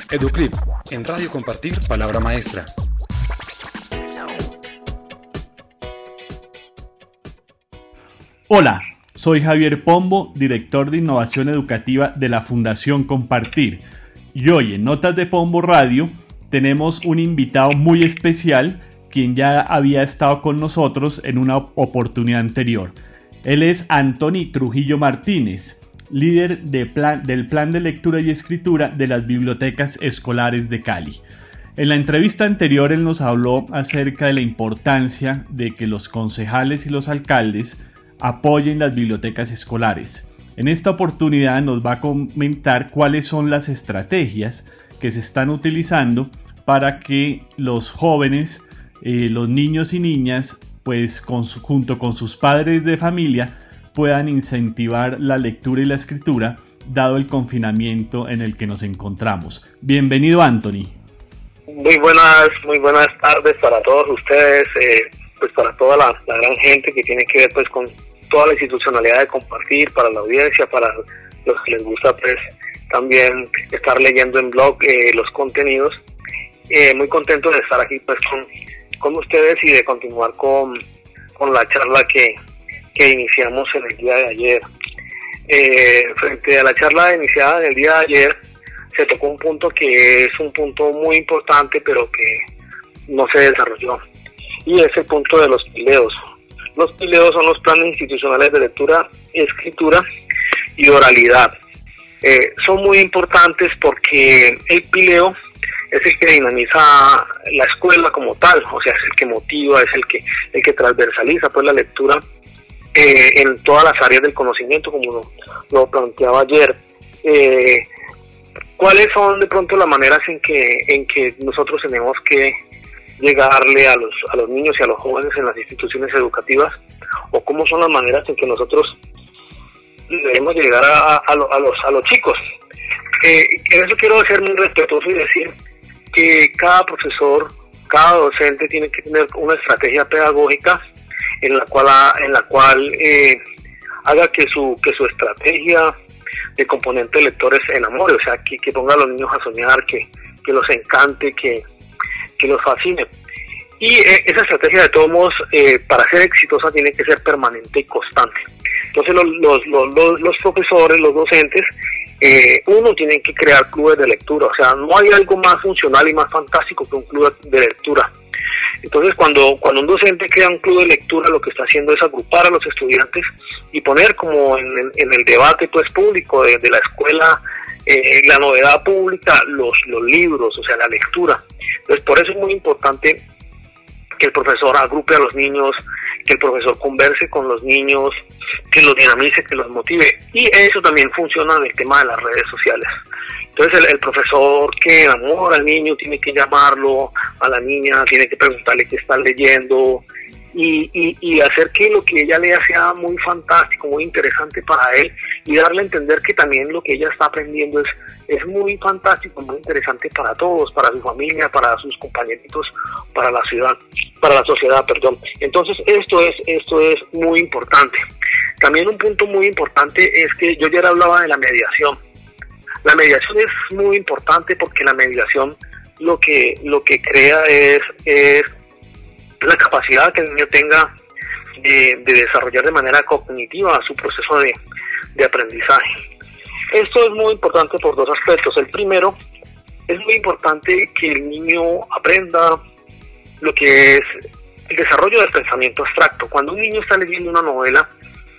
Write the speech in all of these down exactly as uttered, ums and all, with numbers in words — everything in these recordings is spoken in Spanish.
Educlip, en Radio Compartir, Palabra Maestra. Hola, soy Javier Pombo, director de Innovación Educativa de la Fundación Compartir. Y hoy en Notas de Pombo Radio tenemos un invitado muy especial, quien ya había estado con nosotros en una oportunidad anterior. Él es Antoni Trujillo Martínez, líder de plan, del Plan de Lectura y Escritura de las Bibliotecas Escolares de Cali. En la entrevista anterior él nos habló acerca de la importancia de que los concejales y los alcaldes apoyen las bibliotecas escolares. En esta oportunidad nos va a comentar cuáles son las estrategias que se están utilizando para que los jóvenes, eh, los niños y niñas, pues con su, junto con sus padres de familia, puedan incentivar la lectura y la escritura, dado el confinamiento en el que nos encontramos. Bienvenido, Antoni. Muy buenas, muy buenas tardes para todos ustedes, eh, pues para toda la, la gran gente que tiene que ver pues con toda la institucionalidad de Compartir, para la audiencia, para los que les gusta pues también estar leyendo en blog eh, los contenidos. Eh, muy contento de estar aquí pues con, con ustedes y de continuar con, con la charla que que iniciamos en el día de ayer. Eh, frente a la charla iniciada en el día de ayer, se tocó un punto que es un punto muy importante, pero que no se desarrolló, y es el punto de los pileos. Los pileos son los planes institucionales de lectura, escritura y oralidad. Eh, son muy importantes porque el pileo es el que dinamiza la escuela como tal, o sea, es el que motiva, es el que, el que transversaliza pues la lectura Eh, en todas las áreas del conocimiento, como lo, lo planteaba ayer. Eh, ¿Cuáles son de pronto las maneras en que en que nosotros tenemos que llegarle a los a los niños y a los jóvenes en las instituciones educativas? ¿O cómo son las maneras en que nosotros debemos llegar a, a, a, los, a los chicos? Eh, en eso quiero ser muy respetuoso y decir que cada profesor, cada docente tiene que tener una estrategia pedagógica en la cual en la cual eh, haga que su que su estrategia de componente de lectores se enamore, o sea, que, que ponga a los niños a soñar, que, que los encante, que, que los fascine. Y eh, esa estrategia, de todos modos, eh, para ser exitosa, tiene que ser permanente y constante. Entonces los, los, los, los, los profesores, los docentes, eh, uno, tienen que crear clubes de lectura. O sea, no hay algo más funcional y más fantástico que un club de lectura. Entonces, cuando, cuando un docente crea un club de lectura, lo que está haciendo es agrupar a los estudiantes y poner como en, en, en el debate pues público de, de la escuela, eh, la novedad pública, los, los libros, o sea, la lectura. Entonces, por eso es muy importante que el profesor agrupe a los niños, que el profesor converse con los niños, que los dinamice, que los motive. Y eso también funciona en el tema de las redes sociales. Entonces el, el profesor que enamora al niño tiene que llamarlo, a la niña tiene que preguntarle qué está leyendo y, y, y hacer que lo que ella lea sea muy fantástico, muy interesante para él, y darle a entender que también lo que ella está aprendiendo es, es muy fantástico, muy interesante para todos, para su familia, para sus compañeritos, para la ciudad, para la sociedad, perdón. Entonces esto es, esto es muy importante. También un punto muy importante es que yo ayer hablaba de la mediación. La mediación es muy importante porque la mediación lo que lo que crea es, es la capacidad que el niño tenga de, de desarrollar de manera cognitiva su proceso de, de aprendizaje. Esto es muy importante por dos aspectos. El primero, es muy importante que el niño aprenda lo que es el desarrollo del pensamiento abstracto. Cuando un niño está leyendo una novela,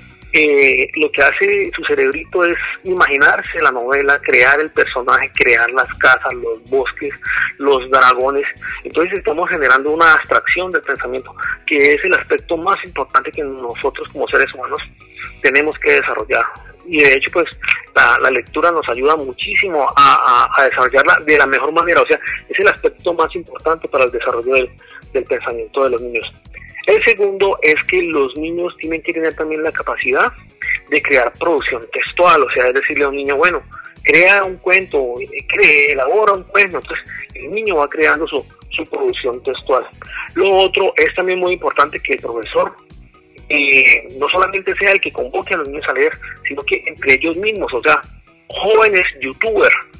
Eh, lo que hace su cerebrito es imaginarse la novela, crear el personaje, crear las casas, los bosques, los dragones. Entonces estamos generando una abstracción del pensamiento, que es el aspecto más importante que nosotros como seres humanos tenemos que desarrollar. Y de hecho pues la, la lectura nos ayuda muchísimo a, a, a desarrollarla de la mejor manera. O sea, es el aspecto más importante para el desarrollo del, del pensamiento de los niños. El segundo es que los niños tienen que tener también la capacidad de crear producción textual, o sea, es decirle a un niño, bueno, crea un cuento, cree, elabora un cuento. Entonces el niño va creando su, su producción textual. Lo otro es también muy importante que el profesor eh, no solamente sea el que convoque a los niños a leer, sino que entre ellos mismos, o sea, jóvenes youtubers,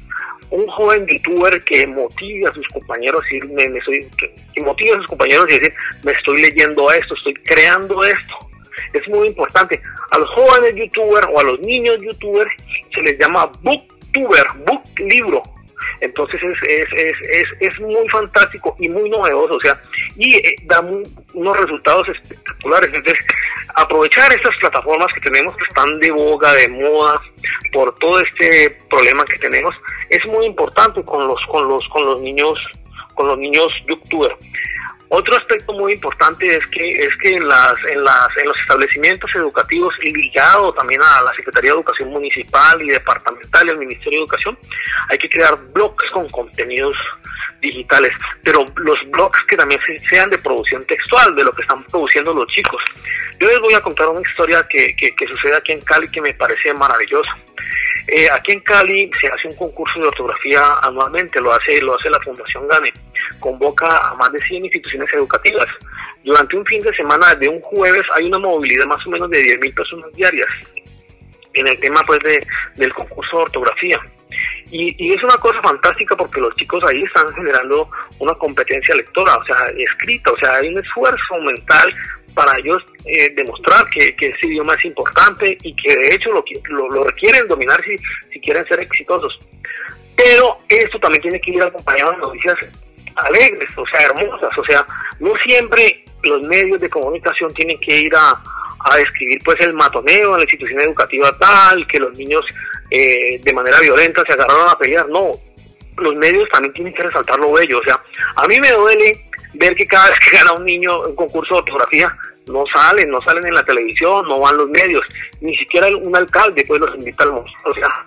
un joven youtuber que motive a sus compañeros y me, me estoy, que, que motive a sus compañeros y decir, me estoy leyendo esto, estoy creando esto. Es muy importante. A los jóvenes youtubers o a los niños youtubers se les llama booktuber, book libro. Entonces es, es, es, es, es muy fantástico y muy novedoso, o sea, y eh, da muy, unos resultados espectaculares. Entonces, aprovechar estas plataformas que tenemos, que están de boga, de moda, por todo este problema que tenemos, es muy importante con los, con los, con los niños, con los niños youtubers. Otro aspecto muy importante es que es que en las en las en los establecimientos educativos y ligado también a la Secretaría de Educación Municipal y Departamental y al Ministerio de Educación hay que crear blogs con contenidos digitales, pero los blogs que también sean de producción textual, de lo que están produciendo los chicos. Yo les voy a contar una historia que, que, que sucede aquí en Cali que me parece maravillosa. Eh, aquí en Cali se hace un concurso de ortografía anualmente, lo hace lo hace la Fundación GANE, convoca a más de cien instituciones educativas. Durante un fin de semana, de un jueves, hay una movilidad más o menos de diez mil personas diarias en el tema pues de, del concurso de ortografía. Y, y es una cosa fantástica porque los chicos ahí están generando una competencia lectora, o sea, escrita, o sea, hay un esfuerzo mental para ellos eh, demostrar que, que ese idioma es importante y que de hecho lo, lo, lo requieren dominar si, si quieren ser exitosos. Pero esto también tiene que ir acompañado de noticias alegres, o sea, hermosas, o sea, no siempre los medios de comunicación tienen que ir a, a describir pues el matoneo en la institución educativa tal, que los niños eh, de manera violenta se agarraron a pelear, no, los medios también tienen que resaltar lo bello, o sea, a mí me duele ver que cada vez que gana un niño un concurso de ortografía, no salen, no salen en la televisión, no van los medios, ni siquiera un alcalde pues los invita al museo, o sea,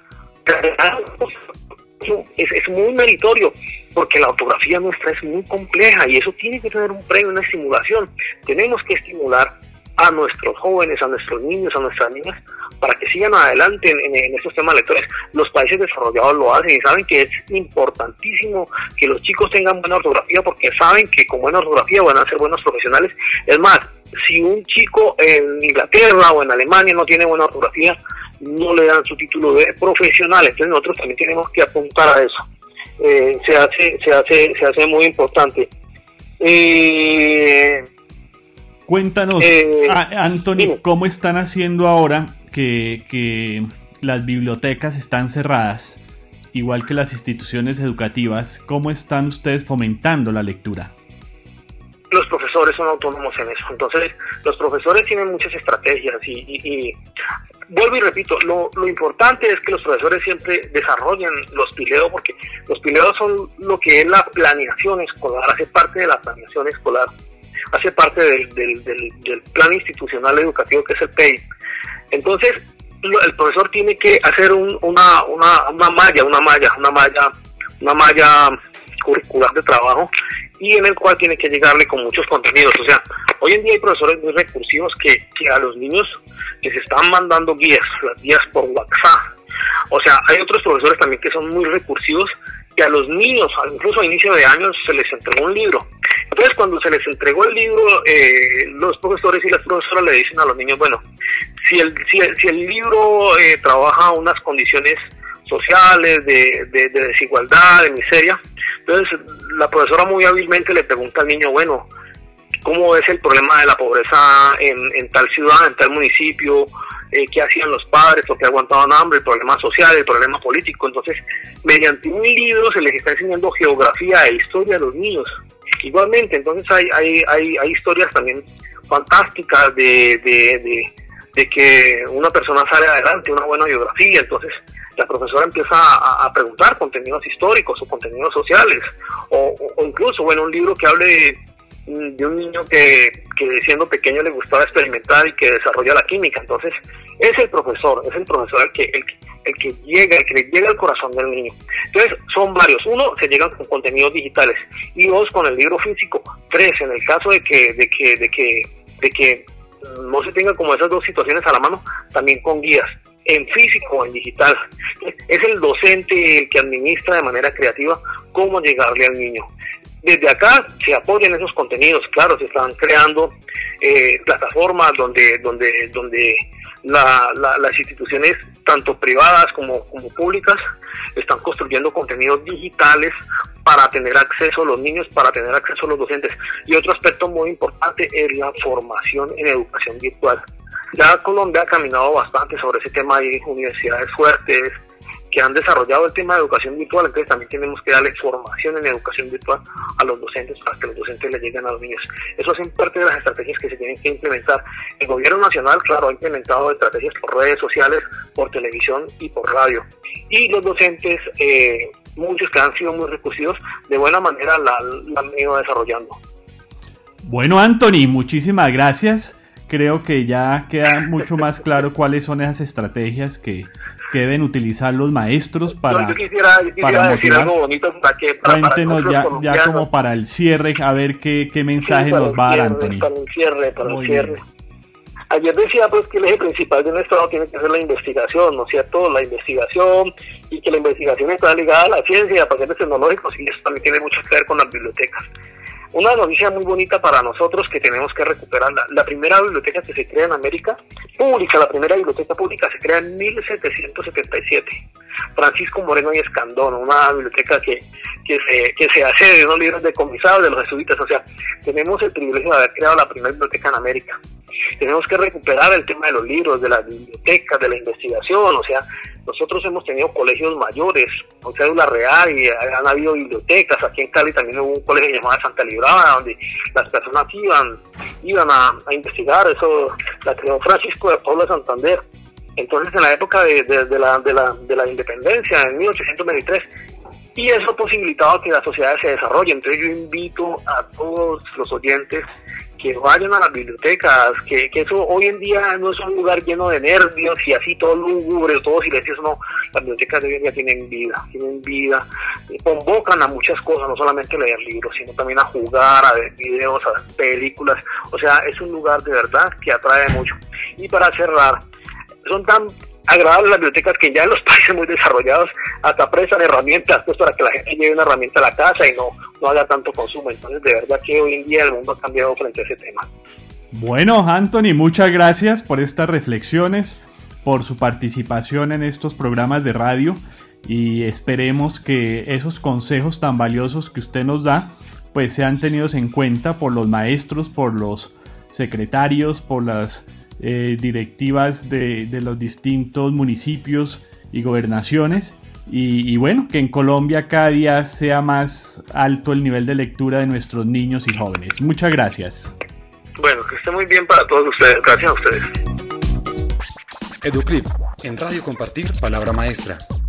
es, es muy meritorio, porque la ortografía nuestra es muy compleja y eso tiene que tener un premio, una estimulación. Tenemos que estimular a nuestros jóvenes, a nuestros niños, a nuestras niñas, para que sigan adelante en, en, en estos temas lectores. Los países desarrollados lo hacen y saben que es importantísimo que los chicos tengan buena ortografía, porque saben que con buena ortografía van a ser buenos profesionales. Es más, si un chico en Inglaterra o en Alemania no tiene buena ortografía, no le dan su título de profesional. Entonces nosotros también tenemos que apuntar a eso. Eh, se hace se hace se hace muy importante. Eh, Cuéntanos, eh, Anthony, dime. ¿Cómo están haciendo ahora que, que las bibliotecas están cerradas, igual que las instituciones educativas? ¿Cómo están ustedes fomentando la lectura? Los profesores son autónomos en eso, entonces los profesores tienen muchas estrategias y, y, y vuelvo y repito, lo, lo importante es que los profesores siempre desarrollen los pileos, porque los pileos son lo que es la planeación escolar, hace parte de la planeación escolar, hace parte del, del, del, del plan institucional educativo que es el P E I. Entonces lo, el profesor tiene que hacer un, una, una, una malla, una malla, una malla, una malla curricular de trabajo, y en el cual tiene que llegarle con muchos contenidos. O sea, hoy en día hay profesores muy recursivos que, que a los niños les están mandando guías, las guías por WhatsApp. O sea, hay otros profesores también que son muy recursivos, que a los niños, incluso a inicio de años, se les entregó un libro. Entonces, cuando se les entregó el libro, eh, los profesores y las profesoras le dicen a los niños, bueno, si el, si el, si el libro eh, trabaja unas condiciones sociales, de, de, de desigualdad, de miseria, entonces la profesora muy hábilmente le pregunta al niño, bueno, ¿cómo es el problema de la pobreza en, en tal ciudad, en tal municipio? Eh, ¿Qué hacían los padres? ¿Por qué aguantaban hambre? El problema social, el problema político. Entonces, mediante un libro se les está enseñando geografía e historia a los niños. Igualmente, entonces hay hay hay, hay historias también fantásticas de, de, de, de que una persona sale adelante, una buena biografía. Entonces la profesora empieza a, a preguntar contenidos históricos o contenidos sociales, o, o incluso, bueno, un libro que hable de, de un niño que, que siendo pequeño le gustaba experimentar y que desarrolla la química. Entonces es el profesor, es el profesor el que, el, el que llega, el que le llega al corazón del niño. Entonces son varios: uno, se llegan con contenidos digitales, y dos, con el libro físico. Tres, en el caso de que, de que, de que, de que no se tengan como esas dos situaciones a la mano, también con guías en físico o en digital. Es el docente el que administra de manera creativa cómo llegarle al niño. Desde acá se apoyan esos contenidos, claro, se están creando eh, plataformas donde donde donde la, la, las instituciones tanto privadas como, como públicas, están construyendo contenidos digitales para tener acceso a los niños, para tener acceso a los docentes. Y otro aspecto muy importante es la formación en educación virtual. Ya Colombia ha caminado bastante sobre ese tema, hay universidades fuertes que han desarrollado el tema de educación virtual, entonces también tenemos que darle formación en educación virtual a los docentes para que los docentes le lleguen a los niños. Eso es parte de las estrategias que se tienen que implementar. El gobierno nacional, claro, ha implementado estrategias por redes sociales, por televisión y por radio. Y los docentes, eh, muchos que han sido muy recursivos, de buena manera la, la han ido desarrollando. Bueno, Anthony, muchísimas gracias. Creo que ya queda mucho más claro cuáles son esas estrategias que, que deben utilizar los maestros para, yo quisiera, yo quisiera para decir motivar. algo bonito para que para, Cuéntenos para ya, ya como para el cierre, a ver qué, qué mensaje sí, nos va a dar cierre, Anthony. Para el cierre, para Muy el cierre. bien. Ayer decía pues que el eje principal de un Estado tiene que ser la investigación, ¿no es cierto? La investigación, y que la investigación está ligada a la ciencia y a paquetes tecnológicos, y eso también tiene mucho que ver con las bibliotecas. Una noticia muy bonita para nosotros que tenemos que recuperar. La, la primera biblioteca que se crea en América, pública, la primera biblioteca pública se crea en mil setecientos setenta y siete. Francisco Moreno y Escandón, una biblioteca que, que, se, que se hace de unos libros decomisados de los jesuitas. O sea, tenemos el privilegio de haber creado la primera biblioteca en América. Tenemos que recuperar el tema de los libros, de las bibliotecas, de la investigación. O sea, nosotros hemos tenido colegios mayores con cédula real y han habido bibliotecas. Aquí en Cali también hubo un colegio llamado Santa Librada, donde las personas iban iban a, a investigar. Eso la creó Francisco de Paula Santander. Entonces, en la época de, de, de, la, de, la, de la independencia, en mil ochocientos veintitrés, y eso ha posibilitado que las sociedades se desarrollen. Entonces, yo invito a todos los oyentes que vayan a las bibliotecas, que, que eso hoy en día no es un lugar lleno de nervios y así todo lúgubre, todo silencioso, no. Las bibliotecas de hoy en día tienen vida, tienen vida, convocan a muchas cosas, no solamente leer libros, sino también a jugar, a ver videos, a ver películas. O sea, es un lugar de verdad que atrae mucho. Y para cerrar, son tan agradables las bibliotecas que ya en los países muy desarrollados hasta prestan herramientas pues para que la gente lleve una herramienta a la casa y no, no haga tanto consumo. Entonces, de verdad que hoy en día el mundo ha cambiado frente a ese tema. Bueno, Anthony, muchas gracias por estas reflexiones, por su participación en estos programas de radio, y esperemos que esos consejos tan valiosos que usted nos da pues sean tenidos en cuenta por los maestros, por los secretarios, por las Eh, directivas de, de los distintos municipios y gobernaciones, y, y bueno, que en Colombia cada día sea más alto el nivel de lectura de nuestros niños y jóvenes. Muchas gracias. Bueno, que esté muy bien para todos ustedes. Gracias a ustedes. Educlip, en Radio Compartir, Palabra Maestra.